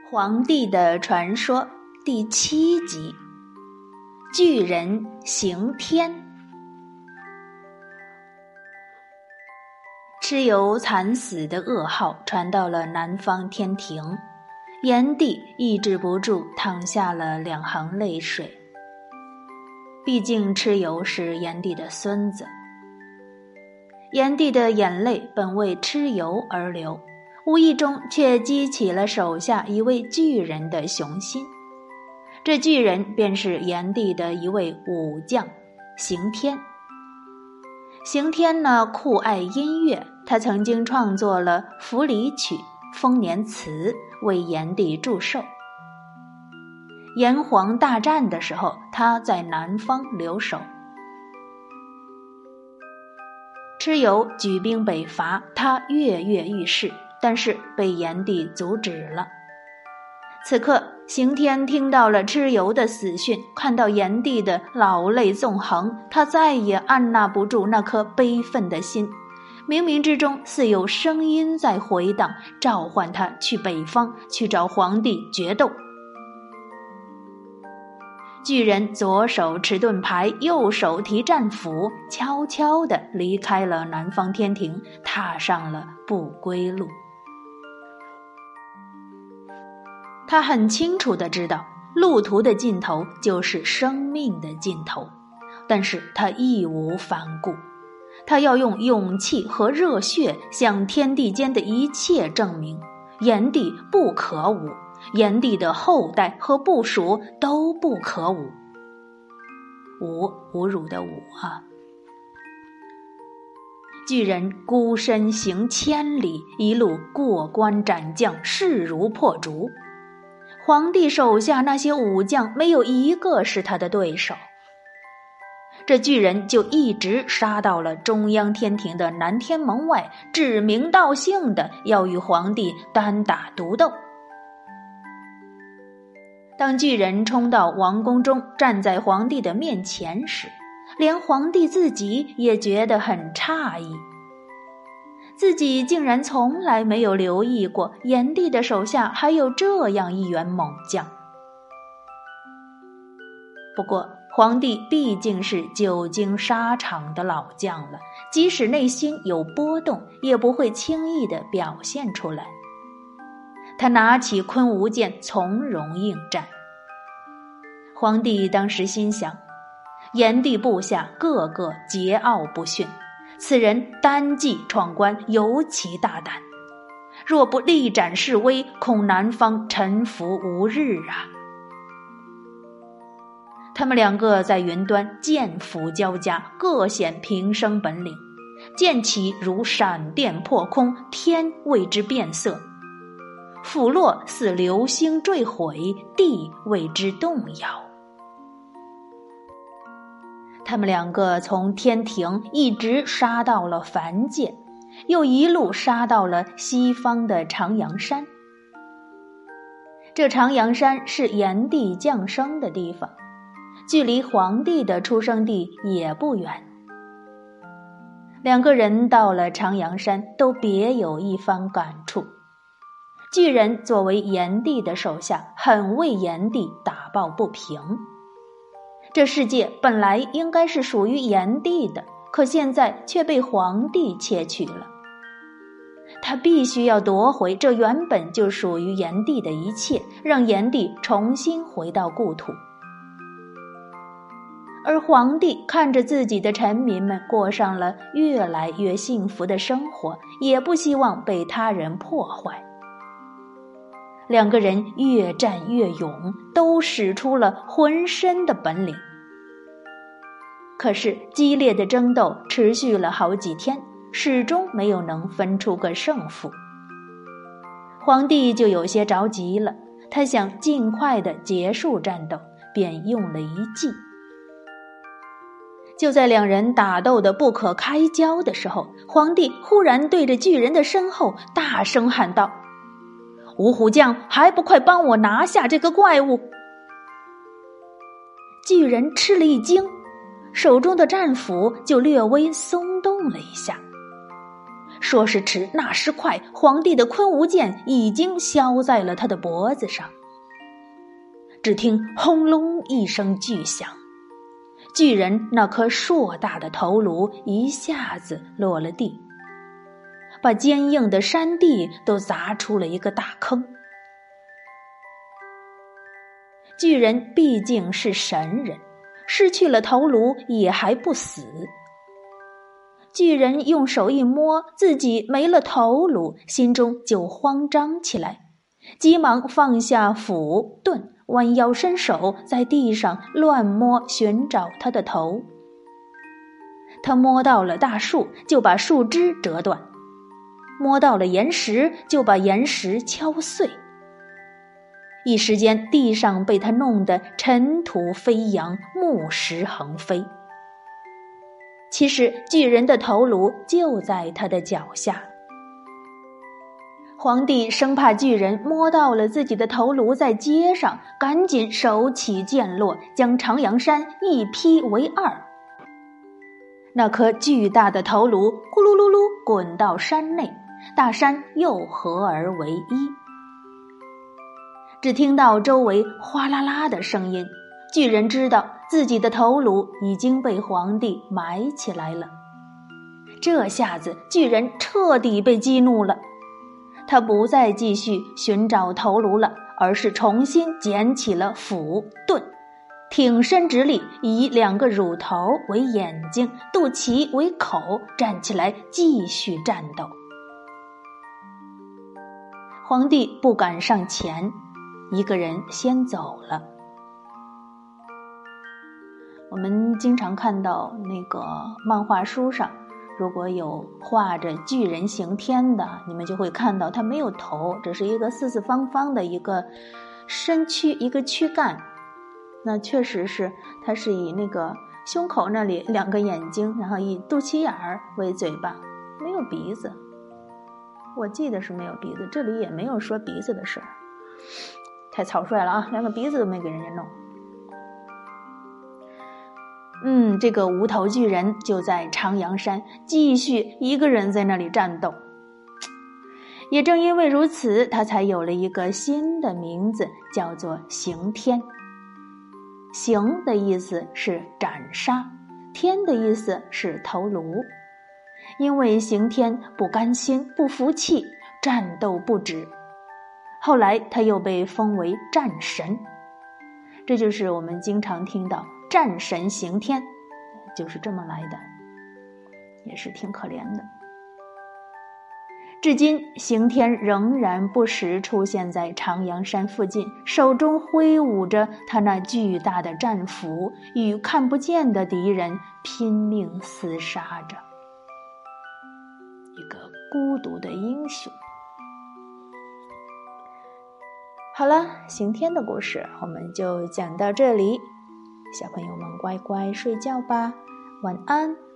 黄帝的传说第7集，巨人刑天。蚩尤惨死的噩耗传到了南方天庭，炎帝抑制不住淌下了2行泪水。毕竟蚩尤是炎帝的孙子，炎帝的眼泪本为蚩尤而流，无意中却激起了手下一位巨人的雄心。这巨人便是炎帝的一位武将刑天。刑天呢，酷爱音乐，他曾经创作了《符礼曲》《丰年词》为炎帝祝寿。炎黄大战的时候，他在南方留守。蚩尤举兵北伐，他跃跃欲试，但是被炎帝阻止了。此刻刑天听到了蚩尤的死讯，看到炎帝的老泪纵横，他再也按捺不住那颗悲愤的心，冥冥之中似有声音在回荡，召唤他去北方，去找黄帝决斗。巨人左手持盾牌，右手提战斧，悄悄地离开了南方天庭，踏上了不归路。他很清楚地知道，路途的尽头就是生命的尽头，但是他义无反顾，他要用勇气和热血向天地间的一切证明，炎帝不可侮，炎帝的后代和部属都不可侮。侮辱的侮啊！巨人孤身行千里，一路过关斩将，势如破竹。黄帝手下那些武将没有一个是他的对手，这巨人就一直杀到了中央天庭的南天门外，指名道姓的要与黄帝单打独斗。当巨人冲到王宫中，站在黄帝的面前时，连黄帝自己也觉得很诧异，自己竟然从来没有留意过炎帝的手下还有这样一员猛将。不过黄帝毕竟是久经沙场的老将了，即使内心有波动，也不会轻易地表现出来。他拿起昆吾剑，从容应战。黄帝当时心想，炎帝部下个个桀骜不驯，此人单骑闯关，尤其大胆，若不力斩示威，恐南方臣服无日啊！他们2个在云端剑斧交加，各显平生本领，剑起如闪电破空，天为之变色，斧落似流星坠毁，地为之动摇。他们2个从天庭一直杀到了凡界，又一路杀到了西方的长阳山。这长阳山是炎帝降生的地方，距离黄帝的出生地也不远。2个人到了长阳山，都别有一番感触。巨人作为炎帝的手下，很为炎帝打抱不平。这世界本来应该是属于炎帝的，可现在却被黄帝窃取了。他必须要夺回这原本就属于炎帝的一切，让炎帝重新回到故土。而黄帝看着自己的臣民们过上了越来越幸福的生活，也不希望被他人破坏。2个人越战越勇，都使出了浑身的本领。可是激烈的争斗持续了好几天，始终没有能分出个胜负。黄帝就有些着急了，他想尽快地结束战斗，便用了一计。就在2人打斗的不可开交的时候，黄帝忽然对着巨人的身后大声喊道：五虎将，还不快帮我拿下这个怪物！巨人吃了一惊，手中的战斧就略微松动了一下。 说时迟，那时快，皇帝的昆吾剑已经削在了他的脖子上。只听轰隆一声巨响，巨人那颗硕大的头颅一下子落了地，把坚硬的山地都砸出了一个大坑。巨人毕竟是神人，失去了头颅也还不死。巨人用手一摸，自己没了头颅，心中就慌张起来，急忙放下斧盾，弯腰伸手在地上乱摸，寻找他的头。他摸到了大树，就把树枝折断；摸到了岩石，就把岩石敲碎。一时间，地上被他弄得尘土飞扬，木石横飞。其实巨人的头颅就在他的脚下。皇帝生怕巨人摸到了自己的头颅在街上，赶紧手起剑落，将长阳山一劈为二。那颗巨大的头颅咕噜噜噜滚到山内，大山又合而为一。只听到周围哗啦啦的声音，巨人知道自己的头颅已经被皇帝埋起来了。这下子巨人彻底被激怒了，他不再继续寻找头颅了，而是重新捡起了斧盾，挺身直立，以2个乳头为眼睛，肚脐为口，站起来继续战斗。皇帝不敢上前，一个人先走了。我们经常看到那个漫画书上，如果有画着巨人刑天的，你们就会看到他没有头，只是一个四四方方的一个身躯，一个躯干。那确实是，他是以那个胸口那里2个眼睛，然后以肚脐眼儿为嘴巴，没有鼻子。我记得是没有鼻子，这里也没有说鼻子的事儿。太草率了啊，连个鼻子都没给人家弄。这个无头巨人就在长阳山继续一个人在那里战斗。也正因为如此，他才有了一个新的名字，叫做刑天。刑的意思是斩杀，天的意思是头颅。因为刑天不甘心，不服气，战斗不止。后来他又被封为战神，这就是我们经常听到战神刑天，就是这么来的，也是挺可怜的。至今刑天仍然不时出现在长阳山附近，手中挥舞着他那巨大的战斧，与看不见的敌人拼命厮杀着，一个孤独的英雄。好了，刑天的故事我们就讲到这里，小朋友们乖乖睡觉吧，晚安。